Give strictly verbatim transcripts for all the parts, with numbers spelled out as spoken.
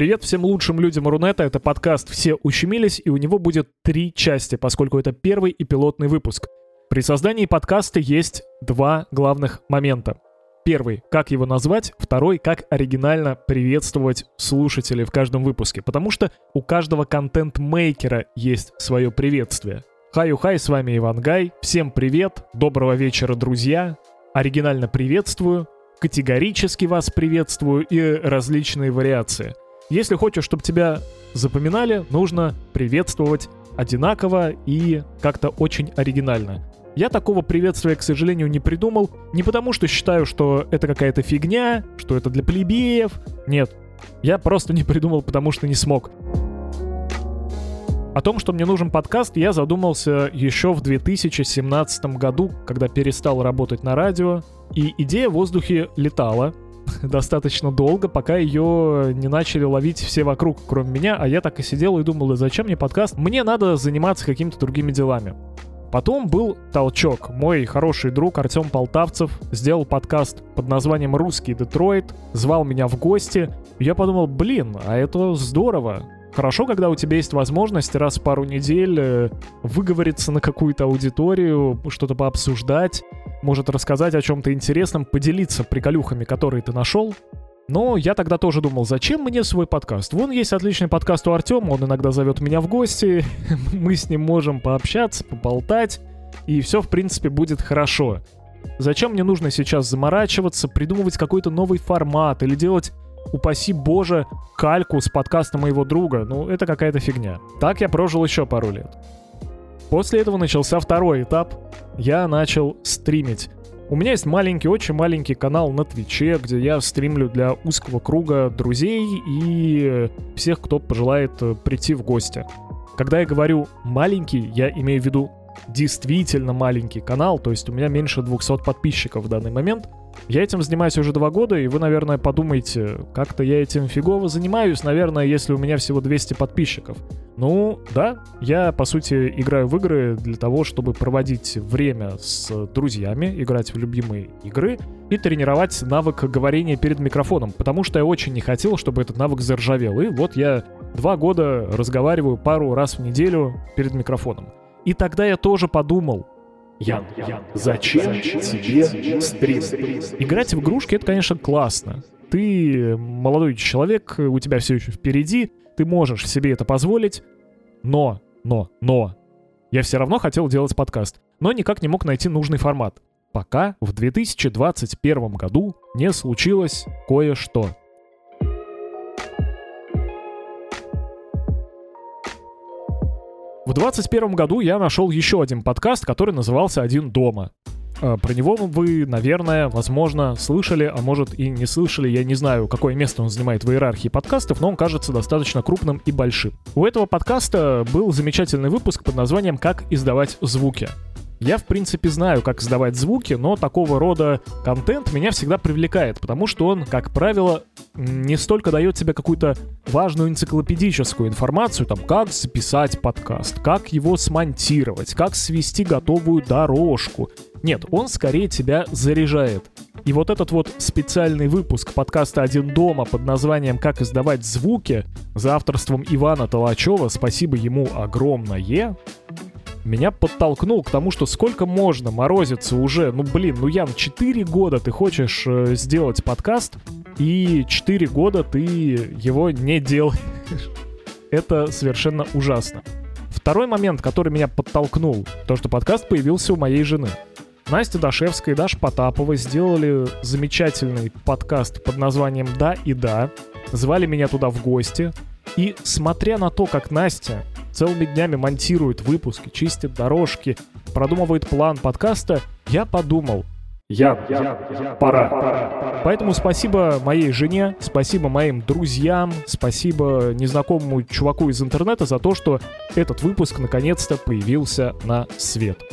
Привет всем лучшим людям Рунета, это подкаст «Все ущемились», и у него будет три части, поскольку это первый и пилотный выпуск. При создании подкаста есть два главных момента. Первый — как его назвать, второй — как оригинально приветствовать слушателей в каждом выпуске, потому что у каждого контент-мейкера есть свое приветствие. Хай-ухай, с вами Иван Гай, всем привет, доброго вечера, друзья, оригинально приветствую, категорически вас приветствую и различные вариации. Если хочешь, чтобы тебя запоминали, нужно приветствовать одинаково и как-то очень оригинально. Я такого приветствия, к сожалению, не придумал, не потому что считаю, что это какая-то фигня, что это для плебеев. Нет, я просто не придумал, потому что не смог. О том, что мне нужен подкаст, я задумался еще в две тысячи семнадцатом году, когда перестал работать на радио, и идея в воздухе летала достаточно долго, пока ее не начали ловить все вокруг, кроме меня, а я так и сидел и думал, зачем мне подкаст? Мне надо заниматься какими-то другими делами. Потом был толчок. Мой хороший друг Артем Полтавцев сделал подкаст под названием «Русский Детройт», звал меня в гости, и я подумал, блин, а это здорово. Хорошо, когда у тебя есть возможность раз в пару недель выговориться на какую-то аудиторию, что-то пообсуждать, может рассказать о чем-то интересном, поделиться приколюхами, которые ты нашел. Но я тогда тоже думал, зачем мне свой подкаст? Вон есть отличный подкаст у Артема, он иногда зовет меня в гости, мы с ним можем пообщаться, поболтать, и все, в принципе, будет хорошо. Зачем мне нужно сейчас заморачиваться, придумывать какой-то новый формат или делать, упаси боже, кальку с подкаста моего друга? Ну, это какая-то фигня. Так я прожил еще пару лет. После этого начался второй этап. Я начал стримить. У меня есть маленький, очень маленький канал на Твиче, где я стримлю для узкого круга друзей и всех, кто пожелает прийти в гости. Когда я говорю «маленький», я имею в виду действительно маленький канал, то есть у меня меньше двухсот подписчиков в данный момент. Я этим занимаюсь уже два года, и вы, наверное, подумаете, как-то я этим фигово занимаюсь, наверное, если у меня всего двести подписчиков. Ну, да, я, по сути, играю в игры для того, чтобы проводить время с друзьями, играть в любимые игры и тренировать навык говорения перед микрофоном, потому что я очень не хотел, чтобы этот навык заржавел. И вот я два года разговариваю пару раз в неделю перед микрофоном. И тогда я тоже подумал, Ян, Ян, зачем тебе стрим? Играть в игрушки — это, конечно, классно. Ты молодой человек, у тебя все еще впереди, ты можешь себе это позволить, но, но, но, я все равно хотел делать подкаст, но никак не мог найти нужный формат, пока в две тысячи двадцать первом году не случилось кое-что. В двадцать первом году я нашел еще один подкаст, который назывался «Один дома». Про него вы, наверное, возможно, слышали, а может и не слышали. Я не знаю, какое место он занимает в иерархии подкастов, но он кажется достаточно крупным и большим. У этого подкаста был замечательный выпуск под названием «Как издавать звуки». Я, в принципе, знаю, как издавать звуки, но такого рода контент меня всегда привлекает, потому что он, как правило, не столько дает тебе какую-то важную энциклопедическую информацию, там, как записать подкаст, как его смонтировать, как свести готовую дорожку. Нет, он скорее тебя заряжает. И вот этот вот специальный выпуск подкаста «Один дома» под названием «Как издавать звуки» за авторством Ивана Толачева, спасибо ему огромное, меня подтолкнул к тому, что сколько можно морозиться уже. Ну, блин, ну, Ян, четыре года ты хочешь э, сделать подкаст, и четыре года ты его не делаешь. Это совершенно ужасно. Второй момент, который меня подтолкнул, то, что подкаст появился у моей жены. Настя Дашевская и Даша Потапова сделали замечательный подкаст под названием «Да и да». Звали меня туда в гости. И смотря на то, как Настя целыми днями монтирует выпуски, чистит дорожки, продумывает план подкаста, я подумал, я, я, я пора. пора. Поэтому спасибо моей жене, спасибо моим друзьям, спасибо незнакомому чуваку из интернета за то, что этот выпуск наконец-то появился на свет.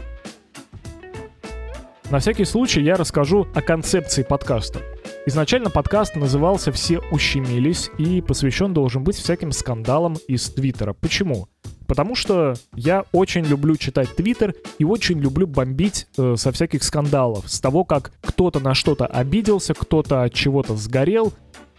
На всякий случай я расскажу о концепции подкаста. Изначально подкаст назывался «Все ущемились» и посвящен должен быть всяким скандалам из Твиттера. Почему? Потому что я очень люблю читать Твиттер и очень люблю бомбить э, со всяких скандалов. С того, как кто-то на что-то обиделся, кто-то от чего-то сгорел,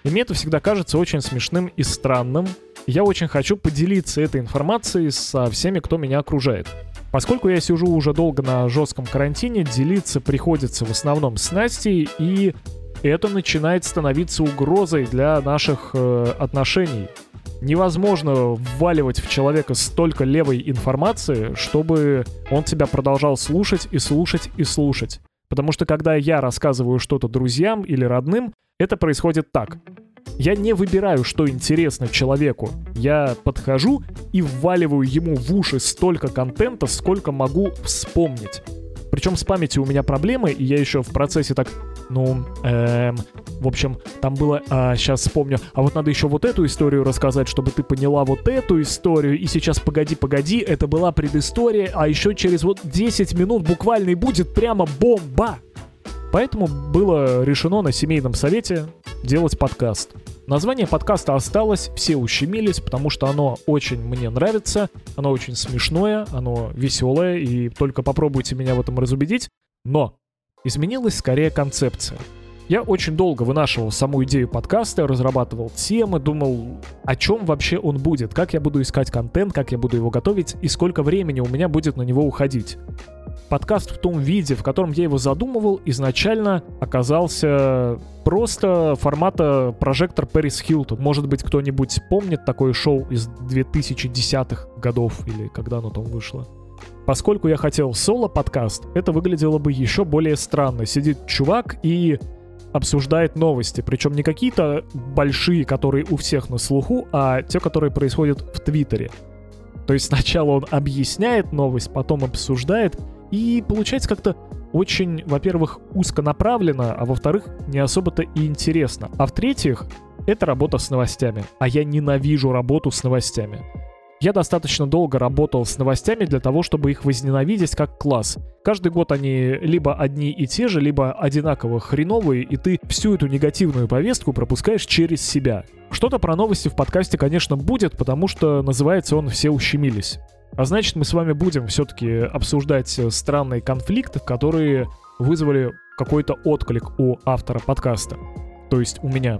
И мне это всегда кажется очень смешным и странным. Я очень хочу поделиться этой информацией со всеми, кто меня окружает. Поскольку я сижу уже долго на жестком карантине, делиться приходится в основном с Настей, и это начинает становиться угрозой для наших э, отношений. Невозможно вваливать в человека столько левой информации, чтобы он тебя продолжал слушать и слушать и слушать. Потому что когда я рассказываю что-то друзьям или родным, это происходит так. Я не выбираю, что интересно человеку. Я подхожу и вваливаю ему в уши столько контента, сколько могу вспомнить. Причем с памятью у меня проблемы, и я еще в процессе так, ну, эм, в общем, там было, а, сейчас вспомню, а вот надо еще вот эту историю рассказать, чтобы ты поняла вот эту историю, и сейчас погоди-погоди, это была предыстория, а еще через вот десять минут буквально и будет прямо бомба. Поэтому было решено на семейном совете делать подкаст. Название подкаста осталось, все ущемились, потому что оно очень мне нравится, оно очень смешное, оно веселое, и только попробуйте меня в этом разубедить. Но изменилась скорее концепция. Я очень долго вынашивал саму идею подкаста, разрабатывал темы, думал, о чем вообще он будет, как я буду искать контент, как я буду его готовить и сколько времени у меня будет на него уходить. Подкаст в том виде, в котором я его задумывал, изначально оказался просто формата прожектор Пэрис Хилтон. Может быть, кто-нибудь помнит такое шоу из две тысячи десятых годов или когда оно там вышло. Поскольку я хотел соло-подкаст, это выглядело бы еще более странно. Сидит чувак и обсуждает новости, причем не какие-то большие, которые у всех на слуху, а те, которые происходят в Твиттере. То есть сначала он объясняет новость, потом обсуждает, и получается как-то очень, во-первых, узконаправленно, а во-вторых, не особо-то и интересно. А в-третьих, это работа с новостями. А я ненавижу работу с новостями. Я достаточно долго работал с новостями для того, чтобы их возненавидеть как класс. Каждый год они либо одни и те же, либо одинаково хреновые, и ты всю эту негативную повестку пропускаешь через себя. Что-то про новости в подкасте, конечно, будет, потому что называется он «Все ущемились». А значит, мы с вами будем все-таки обсуждать странные конфликты, которые вызвали какой-то отклик у автора подкаста. То есть у меня.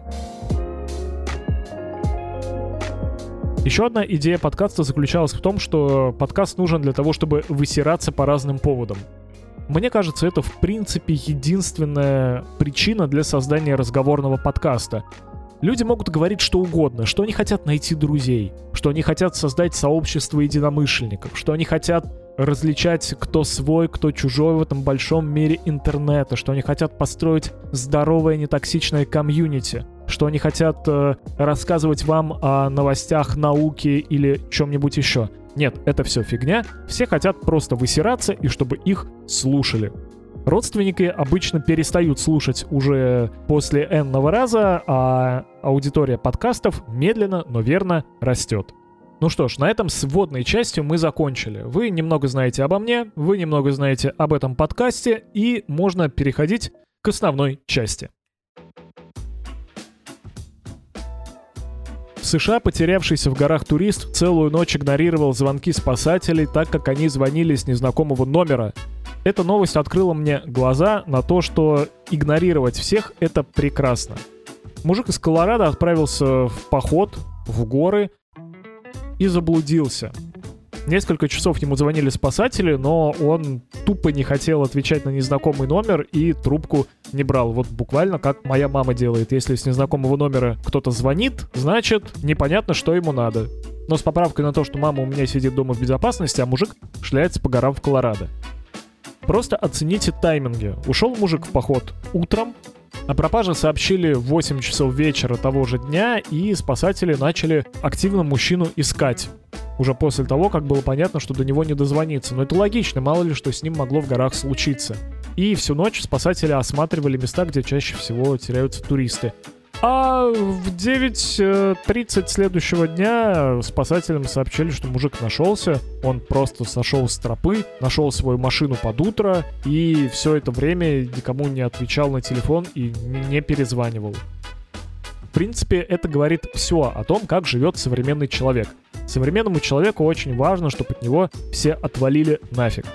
Еще одна идея подкаста заключалась в том, что подкаст нужен для того, чтобы высираться по разным поводам. Мне кажется, это в принципе единственная причина для создания разговорного подкаста. Люди могут говорить что угодно, что они хотят найти друзей, что они хотят создать сообщество единомышленников, что они хотят различать, кто свой, кто чужой в этом большом мире интернета, что они хотят построить здоровое нетоксичное комьюнити, что они хотят э, рассказывать вам о новостях науки или чем-нибудь еще. Нет, это все фигня. Все хотят просто высираться и чтобы их слушали. Родственники обычно перестают слушать уже после энного раза, а аудитория подкастов медленно, но верно растет. Ну что ж, на этом с вводной частью мы закончили. Вы немного знаете обо мне, вы немного знаете об этом подкасте, и можно переходить к основной части. В США потерявшийся в горах турист целую ночь игнорировал звонки спасателей, так как они звонили с незнакомого номера. Эта новость открыла мне глаза на то, что игнорировать всех — это прекрасно. Мужик из Колорадо отправился в поход в горы и заблудился. Несколько часов ему звонили спасатели, но он тупо не хотел отвечать на незнакомый номер и трубку не брал. Вот буквально как моя мама делает. Если с незнакомого номера кто-то звонит, значит, непонятно, что ему надо. Но с поправкой на то, что мама у меня сидит дома в безопасности, а мужик шляется по горам в Колорадо. Просто оцените тайминги. Ушел мужик в поход утром, о пропаже сообщили в восемь часов вечера того же дня, и спасатели начали активно мужчину искать. Уже после того, как было понятно, что до него не дозвониться. Но это логично, мало ли что с ним могло в горах случиться. И всю ночь спасатели осматривали места, где чаще всего теряются туристы. А в девять тридцать следующего дня спасателям сообщили, что мужик нашелся. Он просто сошел с тропы, нашел свою машину под утро и все это время никому не отвечал на телефон и не перезванивал. В принципе, это говорит все о том, как живет современный человек. Современному человеку очень важно, чтобы от него все отвалили нафиг.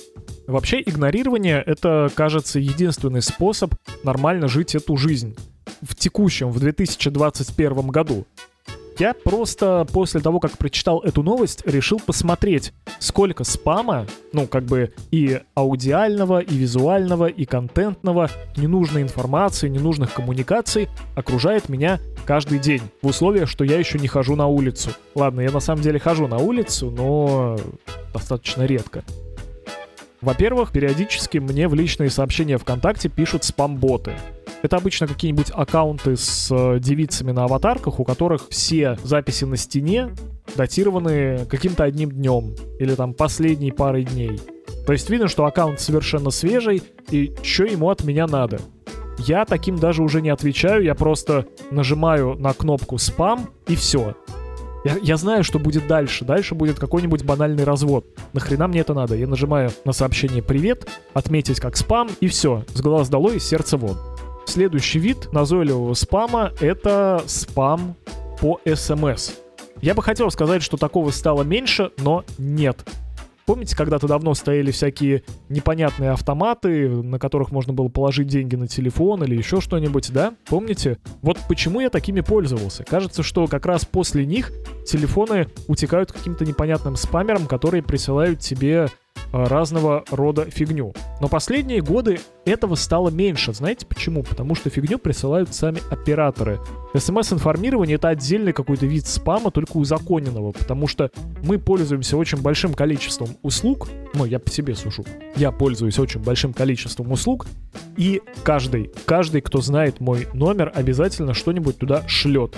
Вообще, игнорирование — это, кажется, единственный способ нормально жить эту жизнь. в текущем, в две тысячи двадцать первом году. Я просто после того, как прочитал эту новость, решил посмотреть, сколько спама, ну, как бы и аудиального, и визуального, и контентного, ненужной информации, ненужных коммуникаций окружает меня каждый день, в условиях, что я еще не хожу на улицу. Ладно, я на самом деле хожу на улицу, но достаточно редко. Во-первых, периодически мне в личные сообщения ВКонтакте пишут спам-боты. Это обычно какие-нибудь аккаунты с э, девицами на аватарках, у которых все записи на стене датированы каким-то одним днем или там последней парой дней. То есть видно, что аккаунт совершенно свежий, и что ему от меня надо. Я таким даже уже не отвечаю, я просто нажимаю на кнопку «спам» и все. Я, я знаю, что будет дальше. Дальше будет какой-нибудь банальный развод. Нахрена мне это надо? Я нажимаю на сообщение «Привет», отметить как спам, и все. С глаз долой, из сердца вон. Следующий вид назойливого спама — это спам по эс эм эс. Я бы хотел сказать, что такого стало меньше, но нет. Помните, когда-то давно стояли всякие непонятные автоматы, на которых можно было положить деньги на телефон или еще что-нибудь, да? Помните? Вот почему я такими пользовался. Кажется, что как раз после них телефоны утекают каким-то непонятным спамерам, которые присылают тебе разного рода фигню. Но последние годы этого стало меньше. Знаете почему? Потому что фигню присылают сами операторы. эс эм эс-информирование — это отдельный какой-то вид спама, только узаконенного, потому что мы пользуемся очень большим количеством услуг. Ну, я по себе сужу. Я пользуюсь очень большим количеством услуг, и каждый, каждый, кто знает мой номер, обязательно что-нибудь туда шлет.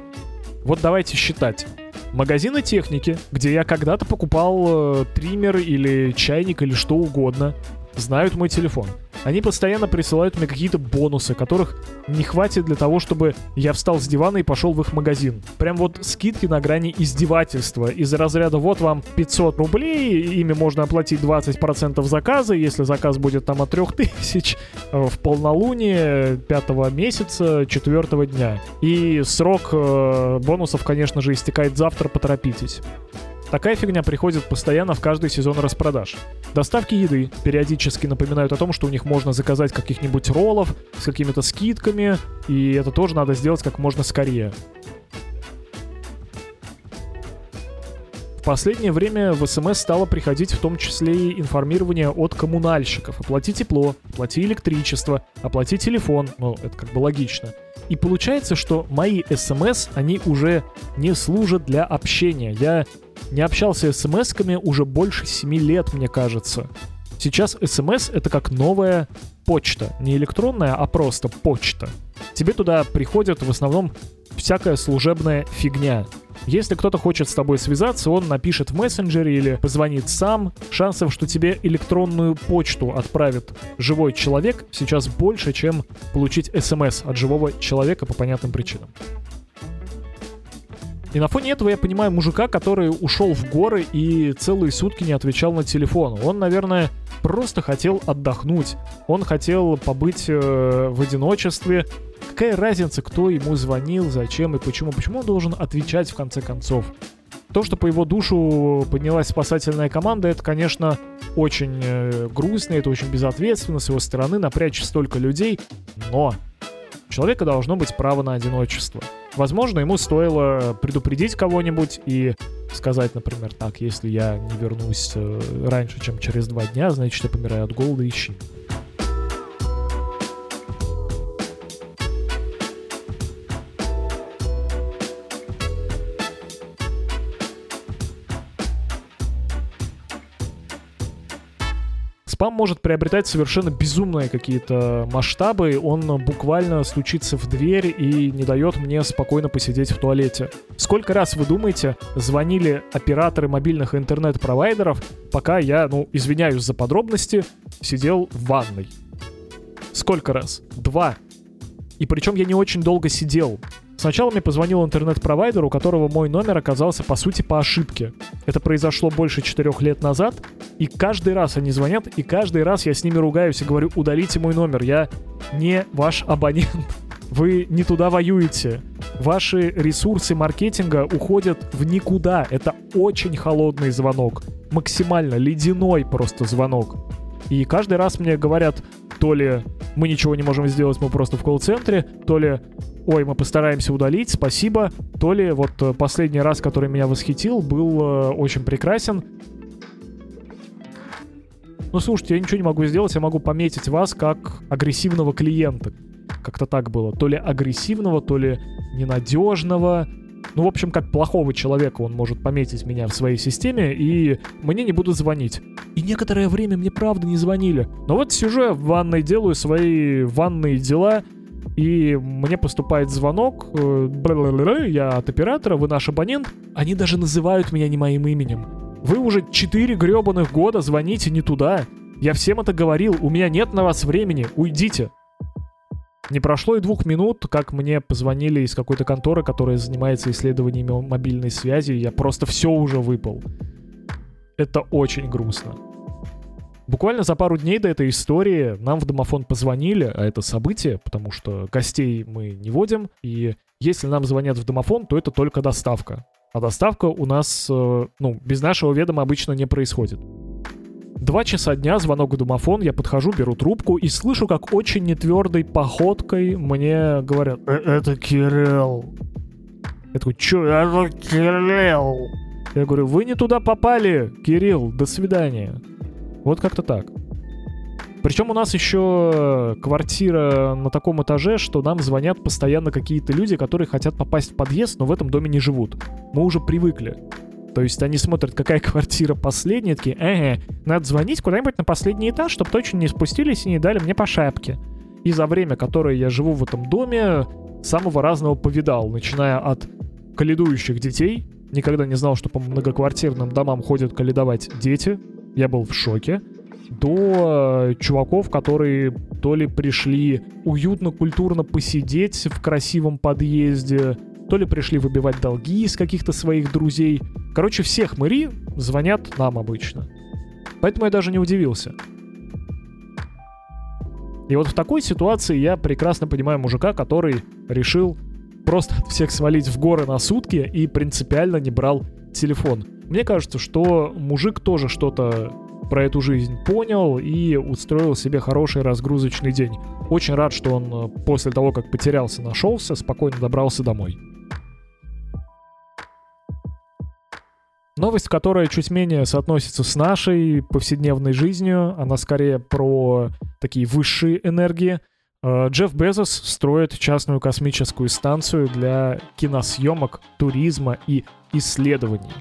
Вот давайте считать. Магазины техники, где я когда-то покупал э, триммер или чайник или что угодно, знают мой телефон. Они постоянно присылают мне какие-то бонусы, которых не хватит для того, чтобы я встал с дивана и пошел в их магазин. Прям вот скидки на грани издевательства. Из разряда вот вам пятьсот рублей, ими можно оплатить двадцать процентов заказа, если заказ будет там от трех тысяч, в полнолуние пятого месяца четвертого дня. И срок э, бонусов, конечно же, истекает завтра, поторопитесь. Такая фигня приходит постоянно в каждый сезон распродаж. Доставки еды периодически напоминают о том, что у них можно заказать каких-нибудь роллов с какими-то скидками, и это тоже надо сделать как можно скорее. В последнее время в эс эм эс стало приходить в том числе и информирование от коммунальщиков. Оплати тепло, оплати электричество, оплати телефон. Ну, это как бы логично. И получается, что мои эс эм эс, они уже не служат для общения. Я не общался эс эм эсками уже больше семи лет, мне кажется. Сейчас эс эм эс — это как новая почта. Не электронная, а просто почта. Тебе туда приходит в основном всякая служебная фигня. Если кто-то хочет с тобой связаться, он напишет в мессенджере или позвонит сам. Шансов, что тебе электронную почту отправит живой человек, сейчас больше, чем получить эс эм эс от живого человека по понятным причинам. И на фоне этого я понимаю мужика, который ушел в горы и целые сутки не отвечал на телефон. Он, наверное, просто хотел отдохнуть. Он хотел побыть э, в одиночестве. Какая разница, кто ему звонил, зачем и почему? Почему он должен отвечать в конце концов? То, что по его душу поднялась спасательная команда, это, конечно, очень э, грустно, это очень безответственно с его стороны напрячь столько людей. Но у человека должно быть право на одиночество. Возможно, ему стоило предупредить кого-нибудь и сказать, например, так, если я не вернусь э, раньше, чем через два дня, значит, я помираю от голода, ищи. Спам может приобретать совершенно безумные какие-то масштабы. Он буквально стучится в дверь и не дает мне спокойно посидеть в туалете. Сколько раз, вы думаете, звонили операторы мобильных интернет-провайдеров, пока я, ну, извиняюсь за подробности, сидел в ванной? Сколько раз? Два. И причем я не очень долго сидел. Сначала мне позвонил интернет-провайдер, у которого мой номер оказался, по сути, по ошибке. Это произошло больше четырех лет назад, и каждый раз они звонят, и каждый раз я с ними ругаюсь и говорю: удалите мой номер, я не ваш абонент. Вы не туда воюете. Ваши ресурсы маркетинга уходят в никуда. Это очень холодный звонок. Максимально ледяной просто звонок. И каждый раз мне говорят, то ли мы ничего не можем сделать, мы просто в колл-центре, то ли ой, мы постараемся удалить, спасибо, то ли вот последний раз, который меня восхитил, был э, очень прекрасен. Ну, слушайте, я ничего не могу сделать, я могу пометить вас как агрессивного клиента. Как-то так было. То ли агрессивного, то ли ненадежного. Ну, в общем, как плохого человека он может пометить меня в своей системе, и мне не будут звонить. И некоторое время мне правда не звонили. Но вот сижу я в ванной, делаю свои ванные дела, и мне поступает звонок, я от оператора, вы наш абонент. Они даже называют меня не моим именем. Вы уже четыре гребаных года звоните не туда. Я всем это говорил, у меня нет на вас времени, уйдите. Не прошло и двух минут, как мне позвонили из какой-то конторы, которая занимается исследованиями мобильной связи, и я просто все уже выпал. Это очень грустно. Буквально за пару дней до этой истории нам в домофон позвонили, а это событие, потому что гостей мы не водим, и если нам звонят в домофон, то это только доставка. А доставка у нас, э, ну, без нашего ведома обычно не происходит. Два часа дня, звонок в домофон, я подхожу, беру трубку и слышу, как очень нетвердой походкой мне говорят: «Э, это Кирилл». Я такой: чё, это Кирилл? Я говорю: вы не туда попали, Кирилл, до свидания. Вот как-то так. Причем у нас еще квартира на таком этаже, что нам звонят постоянно какие-то люди, которые хотят попасть в подъезд, но в этом доме не живут. Мы уже привыкли. То есть они смотрят, какая квартира последняя, такие: ага, надо звонить куда-нибудь на последний этаж, чтобы точно не спустились и не дали мне по шапке. И за время, которое я живу в этом доме, самого разного повидал, начиная от каледующих детей. Никогда не знал, что по многоквартирным домам ходят каледовать дети. Я был в шоке. До чуваков, которые то ли пришли уютно-культурно посидеть в красивом подъезде, то ли пришли выбивать долги из каких-то своих друзей. Короче, все хмыри звонят нам обычно. Поэтому я даже не удивился. И вот в такой ситуации я прекрасно понимаю мужика, который решил просто от всех свалить в горы на сутки и принципиально не брал телефон. Мне кажется, что мужик тоже что-то про эту жизнь понял и устроил себе хороший разгрузочный день. Очень рад, что он после того, как потерялся, нашелся, спокойно добрался домой. Новость, которая чуть менее соотносится с нашей повседневной жизнью, она скорее про такие высшие энергии. Джефф Безос строит частную космическую станцию для киносъемок, туризма и исследований.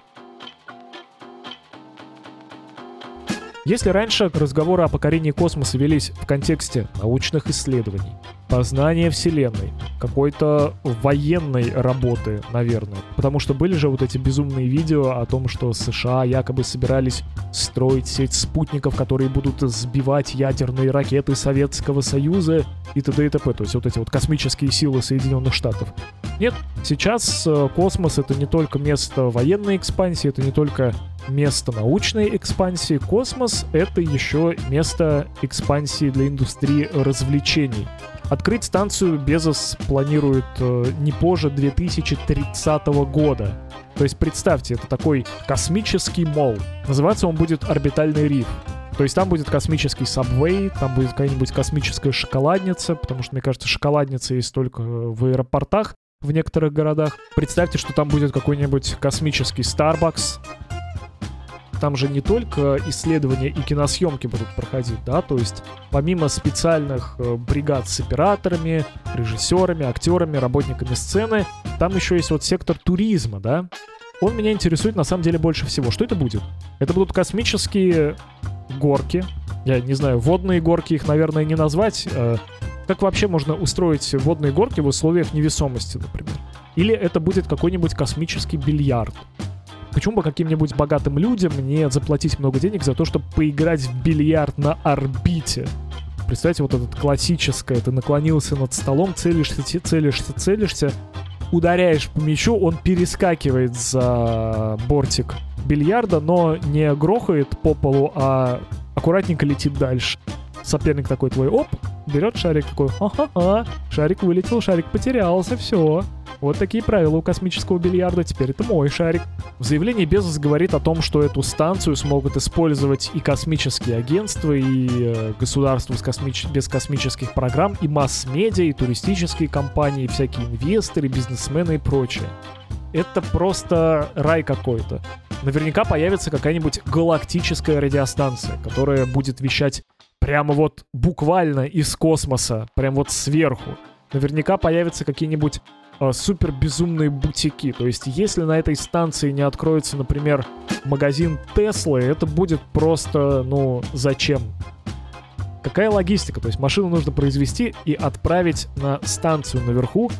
Если раньше разговоры о покорении космоса велись в контексте научных исследований, познания Вселенной, какой-то военной работы, наверное, потому что были же вот эти безумные видео о том, что США якобы собирались строить сеть спутников, которые будут сбивать ядерные ракеты Советского Союза и т.д. и т.п. То есть вот эти вот космические силы Соединенных Штатов. Нет, сейчас космос — это не только место военной экспансии, это не только место научной экспансии. Космос — это еще место экспансии для индустрии развлечений. Открыть станцию Безос планирует э, не позже две тысячи тридцатого года. То есть представьте, это такой космический молл. Называться он будет «Орбитальный риф». То есть там будет космический сабвей, там будет какая-нибудь космическая шоколадница, потому что, мне кажется, шоколадницы есть только в аэропортах в некоторых городах. Представьте, что там будет какой-нибудь космический Starbucks. Там же не только исследования и киносъемки будут проходить, да, то есть помимо специальных э, бригад с операторами, режиссерами, актерами, работниками сцены, там еще есть вот сектор туризма, да. Он меня интересует на самом деле больше всего. Что это будет? Это будут космические горки. Я не знаю, водные горки их, наверное, не назвать. Э, как вообще можно устроить водные горки в условиях невесомости, например? Или это будет какой-нибудь космический бильярд? Почему бы каким-нибудь богатым людям не заплатить много денег за то, чтобы поиграть в бильярд на орбите? Представьте, вот это классическое. Ты наклонился над столом, целишься, целишься, целишься, ударяешь по мячу, он перескакивает за бортик бильярда, но не грохает по полу, а аккуратненько летит дальше. Соперник такой твой, оп, берет шарик такой, ха-ха-ха, шарик вылетел, шарик потерялся, все. Вот такие правила у космического бильярда, теперь это мой шарик. В заявлении Безос говорит о том, что эту станцию смогут использовать и космические агентства, и э, государства с космич... без космических программ, и масс-медиа, и туристические компании, и всякие инвесторы, бизнесмены и прочее. Это просто рай какой-то. Наверняка появится какая-нибудь галактическая радиостанция, которая будет вещать прямо вот буквально из космоса, прям вот сверху. Наверняка появятся какие-нибудь э, супер безумные бутики. То есть, если на этой станции не откроется, например, магазин Теслы, это будет просто, ну, зачем? Какая логистика? То есть, машину нужно произвести и отправить на станцию наверху,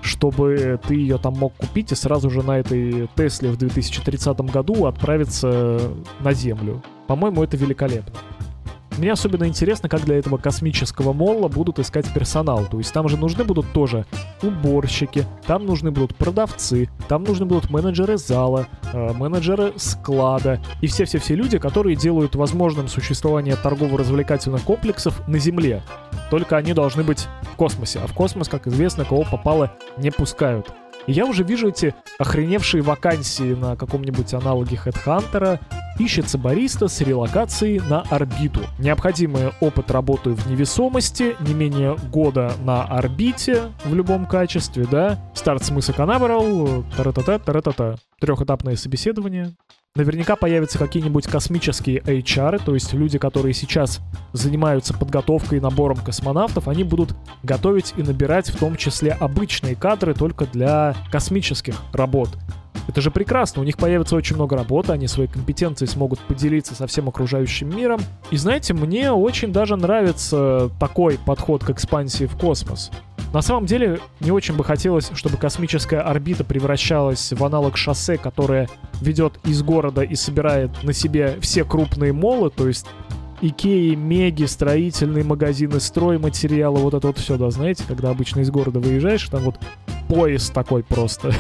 чтобы ты ее там мог купить и сразу же на этой Тесле в две тысячи тридцатом году отправиться на Землю. По-моему, это великолепно. Мне особенно интересно, как для этого космического молла будут искать персонал. То есть там же нужны будут тоже уборщики, там нужны будут продавцы, там нужны будут менеджеры зала, э, менеджеры склада и все-все-все люди, которые делают возможным существование торгово-развлекательных комплексов на Земле. Только они должны быть в космосе. А в космос, как известно, кого попало, не пускают. И я уже вижу эти охреневшие вакансии на каком-нибудь аналоге HeadHunter. Ищется бариста с релокацией на орбиту. Необходимый опыт работы в невесомости, не менее года на орбите в любом качестве, да. Старт с мыса Канаверал, тара-та-та, тара-та-та. Трехэтапное собеседование. Наверняка появятся какие-нибудь космические эйч ар, то есть люди, которые сейчас занимаются подготовкой и набором космонавтов, они будут готовить и набирать в том числе обычные кадры только для космических работ. Это же прекрасно, у них появится очень много работы, они свои компетенции смогут поделиться со всем окружающим миром. И знаете, мне очень даже нравится такой подход к экспансии в космос. На самом деле, не очень бы хотелось, чтобы космическая орбита превращалась в аналог шоссе, которое ведет из города и собирает на себе все крупные моллы, то есть Икеи, Меги, строительные магазины, стройматериалы, вот это вот все, да, знаете, когда обычно из города выезжаешь, там вот поезд такой просто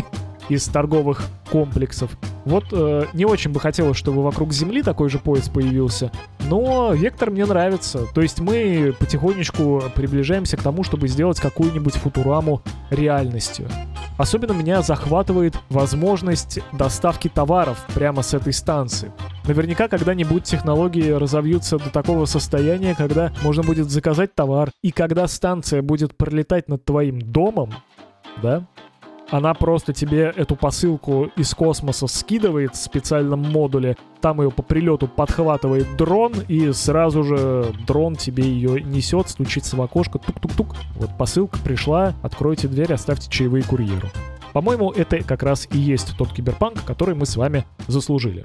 из торговых комплексов. Вот э, не очень бы хотелось, чтобы вокруг Земли такой же поезд появился, но вектор мне нравится. То есть мы потихонечку приближаемся к тому, чтобы сделать какую-нибудь футураму реальностью. Особенно меня захватывает возможность доставки товаров прямо с этой станции. Наверняка когда-нибудь технологии разовьются до такого состояния, когда можно будет заказать товар, и когда станция будет пролетать над твоим домом, да, она просто тебе эту посылку из космоса скидывает в специальном модуле, там ее по прилету подхватывает дрон, и сразу же дрон тебе ее несет, стучится в окошко, тук-тук-тук. Вот посылка пришла, откройте дверь, оставьте чаевые курьеру. По-моему, это как раз и есть тот киберпанк, который мы с вами заслужили.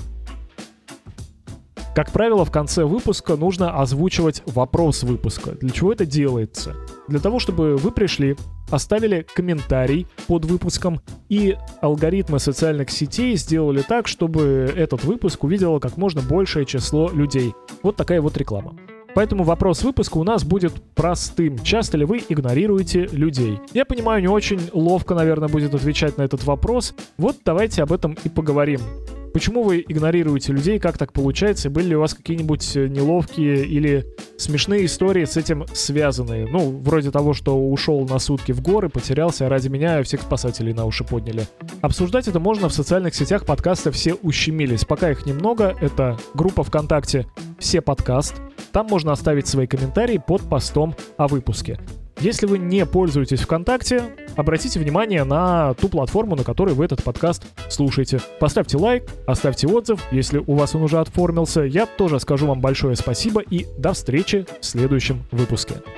Как правило, в конце выпуска нужно озвучивать вопрос выпуска. Для чего это делается? Для того, чтобы вы пришли, оставили комментарий под выпуском, и алгоритмы социальных сетей сделали так, чтобы этот выпуск увидело как можно большее число людей. Вот такая вот реклама. Поэтому вопрос выпуска у нас будет простым. Часто ли вы игнорируете людей? Я понимаю, не очень ловко, наверное, будет отвечать на этот вопрос. Вот давайте об этом и поговорим. Почему вы игнорируете людей, как так получается, были ли у вас какие-нибудь неловкие или смешные истории с этим связанные? Ну, вроде того, что ушел на сутки в горы, потерялся, а ради меня всех спасателей на уши подняли. Обсуждать это можно в социальных сетях подкаста «Все ущемились». Пока их немного, это группа ВКонтакте «Все подкаст». Там можно оставить свои комментарии под постом о выпуске. Если вы не пользуетесь ВКонтакте, обратите внимание на ту платформу, на которой вы этот подкаст слушаете. Поставьте лайк, оставьте отзыв, если у вас он уже оформился. Я тоже скажу вам большое спасибо и до встречи в следующем выпуске.